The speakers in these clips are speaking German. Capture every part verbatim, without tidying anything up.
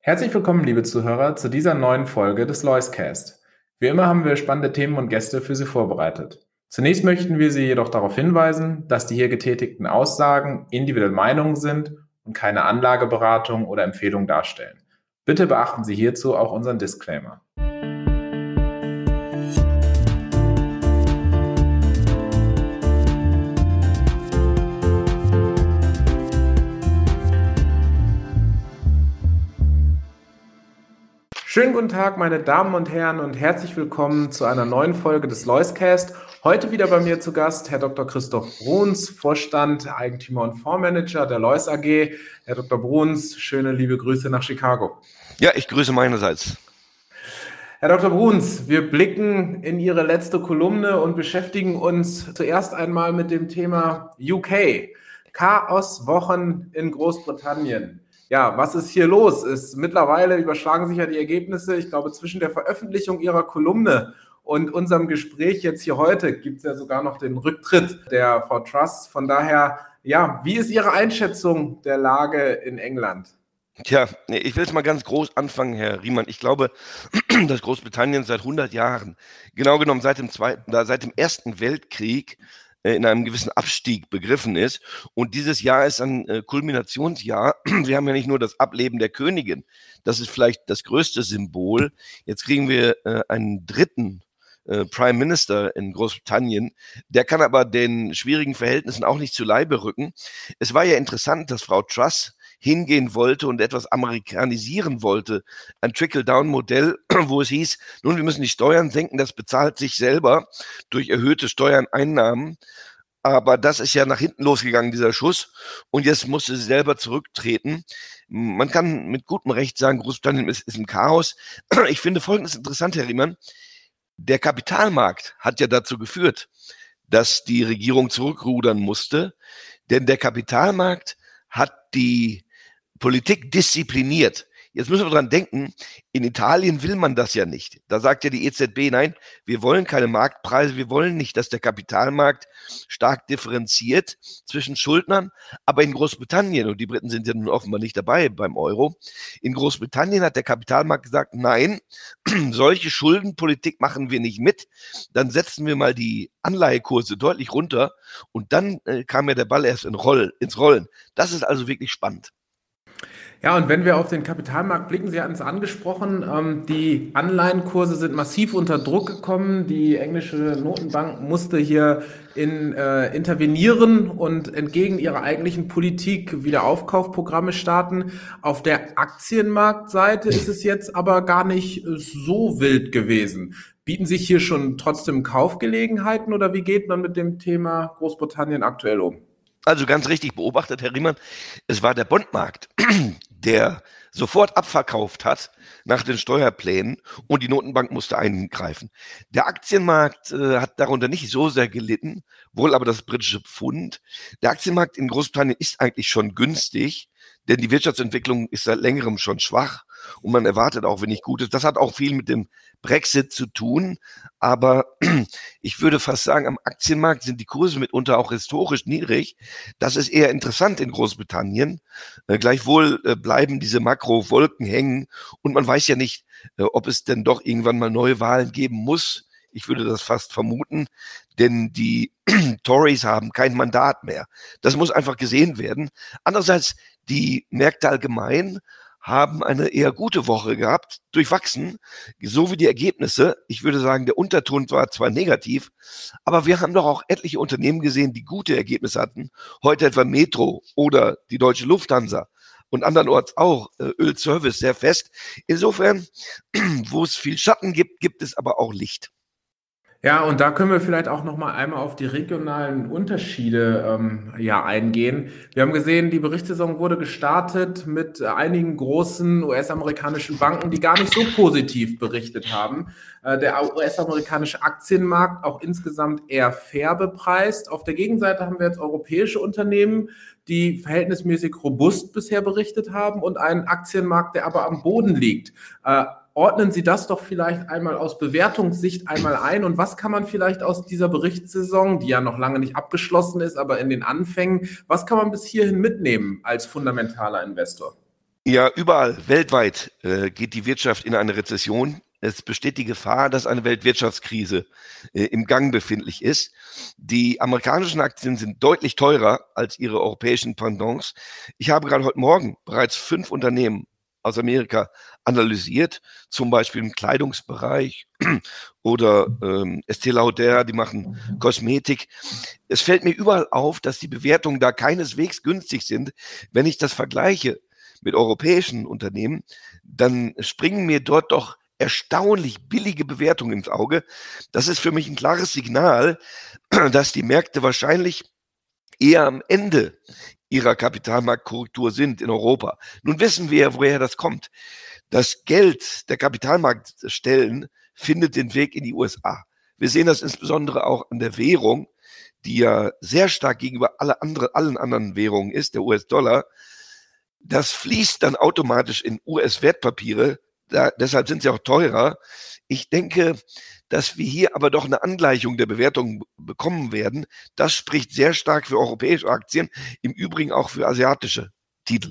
Herzlich willkommen, liebe Zuhörer, zu dieser neuen Folge des Loiscast. Wie immer haben wir spannende Themen und Gäste für Sie vorbereitet. Zunächst möchten wir Sie jedoch darauf hinweisen, dass die hier getätigten Aussagen individuelle Meinungen sind und keine Anlageberatung oder Empfehlung darstellen. Bitte beachten Sie hierzu auch unseren Disclaimer. Schönen guten Tag, meine Damen und Herren, und herzlich willkommen zu einer neuen Folge des Loiscast. Heute wieder bei mir zu Gast Herr Doktor Christoph Bruns, Vorstand, Eigentümer und Fondsmanager der Lois A G. Herr Doktor Bruns, schöne liebe Grüße nach Chicago. Ja, ich grüße meinerseits. Herr Doktor Bruns, wir blicken in Ihre letzte Kolumne und beschäftigen uns zuerst einmal mit dem Thema U K. Chaoswochen in Großbritannien. Ja, was ist hier los? Ist, mittlerweile überschlagen sich ja die Ergebnisse. Ich glaube, zwischen der Veröffentlichung Ihrer Kolumne und unserem Gespräch jetzt hier heute gibt es ja sogar noch den Rücktritt der Frau Truss. Von daher, ja, wie ist Ihre Einschätzung der Lage in England? Tja, ich will jetzt mal ganz groß anfangen, Herr Riemann. Ich glaube, dass Großbritannien seit hundert Jahren, genau genommen seit dem, Zweiten, seit dem Ersten Weltkrieg, in einem gewissen Abstieg begriffen ist. Und dieses Jahr ist ein äh, Kulminationsjahr. Wir haben ja nicht nur das Ableben der Königin. Das ist vielleicht das größte Symbol. Jetzt kriegen wir äh, einen dritten äh, Prime Minister in Großbritannien. Der kann aber den schwierigen Verhältnissen auch nicht zu Leibe rücken. Es war ja interessant, dass Frau Truss hingehen wollte und etwas amerikanisieren wollte. Ein Trickle-Down-Modell, wo es hieß, nun, wir müssen die Steuern senken, das bezahlt sich selber durch erhöhte Steuerneinnahmen. Aber das ist ja nach hinten losgegangen, dieser Schuss. Und jetzt musste sie selber zurücktreten. Man kann mit gutem Recht sagen, Großbritannien ist, ist im Chaos. Ich finde Folgendes interessant, Herr Riemann. Der Kapitalmarkt hat ja dazu geführt, dass die Regierung zurückrudern musste. Denn der Kapitalmarkt hat die Politik diszipliniert. Jetzt müssen wir dran denken, in Italien will man das ja nicht. Da sagt ja die E Z B, nein, wir wollen keine Marktpreise, wir wollen nicht, dass der Kapitalmarkt stark differenziert zwischen Schuldnern. Aber in Großbritannien, und die Briten sind ja nun offenbar nicht dabei beim Euro, in Großbritannien hat der Kapitalmarkt gesagt, nein, solche Schuldenpolitik machen wir nicht mit. Dann setzen wir mal die Anleihekurse deutlich runter und dann äh, kam ja der Ball erst in Roll, ins Rollen. Das ist also wirklich spannend. Ja, und wenn wir auf den Kapitalmarkt blicken, Sie hatten es angesprochen, ähm, die Anleihenkurse sind massiv unter Druck gekommen. Die englische Notenbank musste hier in, äh, intervenieren und entgegen ihrer eigentlichen Politik wieder Aufkaufprogramme starten. Auf der Aktienmarktseite ist es jetzt aber gar nicht so wild gewesen. Bieten sich hier schon trotzdem Kaufgelegenheiten oder wie geht man mit dem Thema Großbritannien aktuell um? Also ganz richtig beobachtet, Herr Riemann, es war der Bondmarkt, der sofort abverkauft hat nach den Steuerplänen und die Notenbank musste eingreifen. Der Aktienmarkt äh, hat darunter nicht so sehr gelitten, wohl aber das britische Pfund. Der Aktienmarkt in Großbritannien ist eigentlich schon günstig, denn die Wirtschaftsentwicklung ist seit längerem schon schwach und man erwartet auch wenig Gutes. Das hat auch viel mit dem Brexit zu tun, aber ich würde fast sagen, am Aktienmarkt sind die Kurse mitunter auch historisch niedrig. Das ist eher interessant in Großbritannien. Äh, gleichwohl äh, bleiben diese Makrowolken hängen und man weiß ja nicht, äh, ob es denn doch irgendwann mal neue Wahlen geben muss. Ich würde das fast vermuten, denn die Tories haben kein Mandat mehr. Das muss einfach gesehen werden. Andererseits, die Märkte allgemein haben eine eher gute Woche gehabt, durchwachsen, so wie die Ergebnisse. Ich würde sagen, der Unterton war zwar negativ, aber wir haben doch auch etliche Unternehmen gesehen, die gute Ergebnisse hatten. Heute etwa Metro oder die Deutsche Lufthansa und andernorts auch äh, Ölservice sehr fest. Insofern, wo es viel Schatten gibt, gibt es aber auch Licht. Ja, und da können wir vielleicht auch noch mal einmal auf die regionalen Unterschiede ähm, ja, eingehen. Wir haben gesehen, die Berichtssaison wurde gestartet mit einigen großen U S-amerikanischen Banken, die gar nicht so positiv berichtet haben. Äh, der U S-amerikanische Aktienmarkt auch insgesamt eher fair bepreist. Auf der Gegenseite haben wir jetzt europäische Unternehmen, die verhältnismäßig robust bisher berichtet haben und einen Aktienmarkt, der aber am Boden liegt. Äh, Ordnen Sie das doch vielleicht einmal aus Bewertungssicht einmal ein und was kann man vielleicht aus dieser Berichtssaison, die ja noch lange nicht abgeschlossen ist, aber in den Anfängen, was kann man bis hierhin mitnehmen als fundamentaler Investor? Ja, überall, weltweit äh, geht die Wirtschaft in eine Rezession. Es besteht die Gefahr, dass eine Weltwirtschaftskrise äh, im Gang befindlich ist. Die amerikanischen Aktien sind deutlich teurer als ihre europäischen Pendants. Ich habe gerade heute Morgen bereits fünf Unternehmen aus Amerika analysiert, zum Beispiel im Kleidungsbereich oder ähm, Estée Lauder, die machen Kosmetik. Es fällt mir überall auf, dass die Bewertungen da keineswegs günstig sind. Wenn ich das vergleiche mit europäischen Unternehmen, dann springen mir dort doch erstaunlich billige Bewertungen ins Auge. Das ist für mich ein klares Signal, dass die Märkte wahrscheinlich eher am Ende ihrer Kapitalmarktkorrektur sind in Europa. Nun wissen wir, woher das kommt. Das Geld der Kapitalmarktstellen findet den Weg in die U S A. Wir sehen das insbesondere auch an der Währung, die ja sehr stark gegenüber alle andere, allen anderen Währungen ist, der U S-Dollar. Das fließt dann automatisch in U S-Wertpapiere, da, deshalb sind sie auch teurer. Ich denke, dass wir hier aber doch eine Angleichung der Bewertung bekommen werden. Das spricht sehr stark für europäische Aktien, im Übrigen auch für asiatische Titel.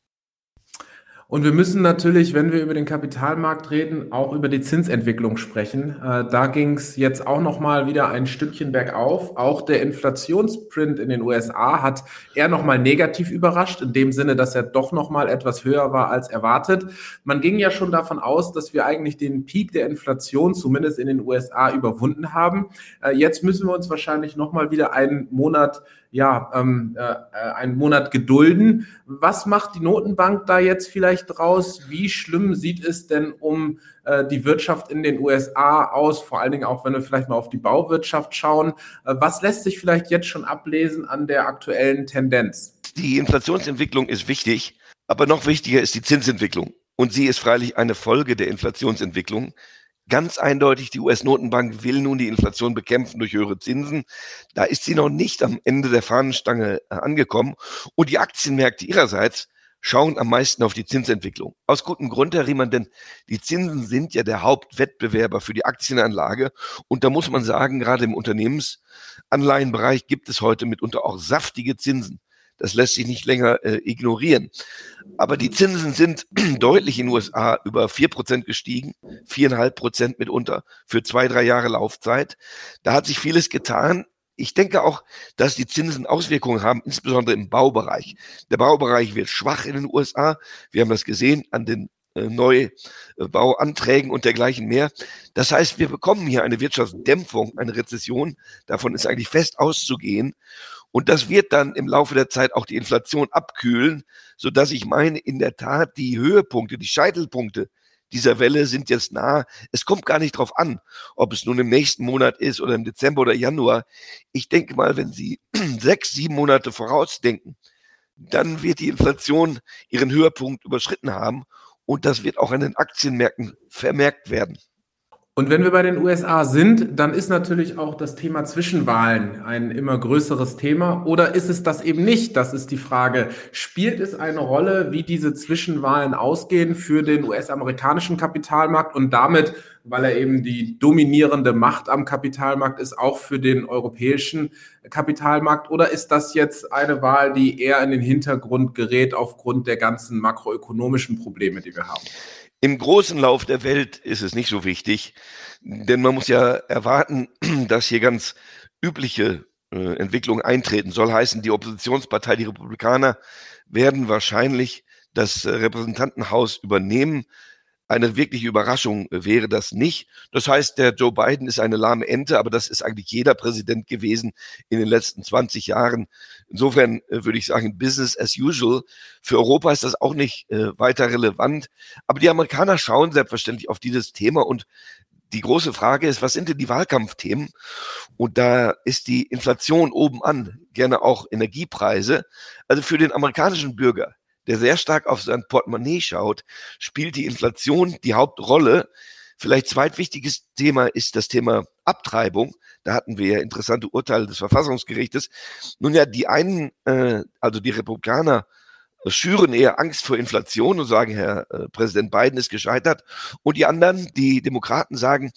Und wir müssen natürlich, wenn wir über den Kapitalmarkt reden, auch über die Zinsentwicklung sprechen. Äh, da ging es jetzt auch nochmal wieder ein Stückchen bergauf. Auch der Inflationsprint in den U S A hat eher nochmal negativ überrascht, in dem Sinne, dass er doch nochmal etwas höher war als erwartet. Man ging ja schon davon aus, dass wir eigentlich den Peak der Inflation, zumindest in den U S A, überwunden haben. Äh, jetzt müssen wir uns wahrscheinlich nochmal wieder einen Monat ja, ähm, äh, einen Monat gedulden. Was macht die Notenbank da jetzt vielleicht draus? Wie schlimm sieht es denn um äh, die Wirtschaft in den U S A aus? Vor allen Dingen auch, wenn wir vielleicht mal auf die Bauwirtschaft schauen. Äh, was lässt sich vielleicht jetzt schon ablesen an der aktuellen Tendenz? Die Inflationsentwicklung ist wichtig, aber noch wichtiger ist die Zinsentwicklung. Und sie ist freilich eine Folge der Inflationsentwicklung. Ganz eindeutig, die U S-Notenbank will nun die Inflation bekämpfen durch höhere Zinsen. Da ist sie noch nicht am Ende der Fahnenstange angekommen. Und die Aktienmärkte ihrerseits schauen am meisten auf die Zinsentwicklung. Aus gutem Grund, Herr Riemann, denn die Zinsen sind ja der Hauptwettbewerber für die Aktienanlage. Und da muss man sagen, gerade im Unternehmensanleihenbereich gibt es heute mitunter auch saftige Zinsen. Das lässt sich nicht länger äh, ignorieren. Aber die Zinsen sind deutlich in den U S A über vier Prozent gestiegen, vier Komma fünf Prozent mitunter für zwei, drei Jahre Laufzeit. Da hat sich vieles getan. Ich denke auch, dass die Zinsen Auswirkungen haben, insbesondere im Baubereich. Der Baubereich wird schwach in den U S A. Wir haben das gesehen an den äh, Neubauanträgen und dergleichen mehr. Das heißt, wir bekommen hier eine Wirtschaftsdämpfung, eine Rezession. Davon ist eigentlich fest auszugehen. Und das wird dann im Laufe der Zeit auch die Inflation abkühlen, sodass ich meine, in der Tat die Höhepunkte, die Scheitelpunkte dieser Welle sind jetzt nah. Es kommt gar nicht drauf an, ob es nun im nächsten Monat ist oder im Dezember oder Januar. Ich denke mal, wenn Sie sechs, sieben Monate vorausdenken, dann wird die Inflation ihren Höhepunkt überschritten haben und das wird auch an den Aktienmärkten vermerkt werden. Und wenn wir bei den U S A sind, dann ist natürlich auch das Thema Zwischenwahlen ein immer größeres Thema. Oder ist es das eben nicht? Das ist die Frage. Spielt es eine Rolle, wie diese Zwischenwahlen ausgehen für den U S-amerikanischen Kapitalmarkt und damit, weil er eben die dominierende Macht am Kapitalmarkt ist, auch für den europäischen Kapitalmarkt? Oder ist das jetzt eine Wahl, die eher in den Hintergrund gerät aufgrund der ganzen makroökonomischen Probleme, die wir haben? Im großen Lauf der Welt ist es nicht so wichtig, denn man muss ja erwarten, dass hier ganz übliche äh, Entwicklungen eintreten. Soll heißen, die Oppositionspartei, die Republikaner, werden wahrscheinlich das äh, Repräsentantenhaus übernehmen. Eine wirkliche Überraschung wäre das nicht. Das heißt, der Joe Biden ist eine lahme Ente, aber das ist eigentlich jeder Präsident gewesen in den letzten zwanzig Jahren. Insofern äh, würde ich sagen, Business as usual. Für Europa ist das auch nicht äh, weiter relevant. Aber die Amerikaner schauen selbstverständlich auf dieses Thema und die große Frage ist, was sind denn die Wahlkampfthemen? Und da ist die Inflation oben an, gerne auch Energiepreise. Also für den amerikanischen Bürger, der sehr stark auf sein Portemonnaie schaut, spielt die Inflation die Hauptrolle. Vielleicht zweitwichtiges Thema ist das Thema Abtreibung. Da hatten wir ja interessante Urteile des Verfassungsgerichtes. Nun ja, die einen, äh, also die Republikaner, schüren eher Angst vor Inflation und sagen, Herr äh, Präsident Biden ist gescheitert. Und die anderen, die Demokraten, sagen,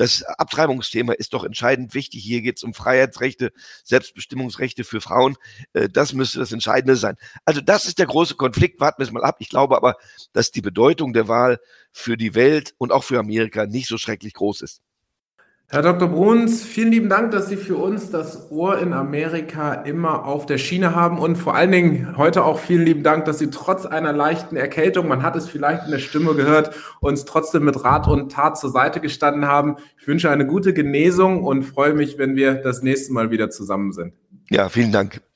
das Abtreibungsthema ist doch entscheidend wichtig. Hier geht es um Freiheitsrechte, Selbstbestimmungsrechte für Frauen. Äh, das müsste das Entscheidende sein. Also das ist der große Konflikt. Warten wir es mal ab. Ich glaube aber, dass die Bedeutung der Wahl für die Welt und auch für Amerika nicht so schrecklich groß ist. Herr Doktor Bruns, vielen lieben Dank, dass Sie für uns das Ohr in Amerika immer auf der Schiene haben und vor allen Dingen heute auch vielen lieben Dank, dass Sie trotz einer leichten Erkältung, man hat es vielleicht in der Stimme gehört, uns trotzdem mit Rat und Tat zur Seite gestanden haben. Ich wünsche eine gute Genesung und freue mich, wenn wir das nächste Mal wieder zusammen sind. Ja, vielen Dank.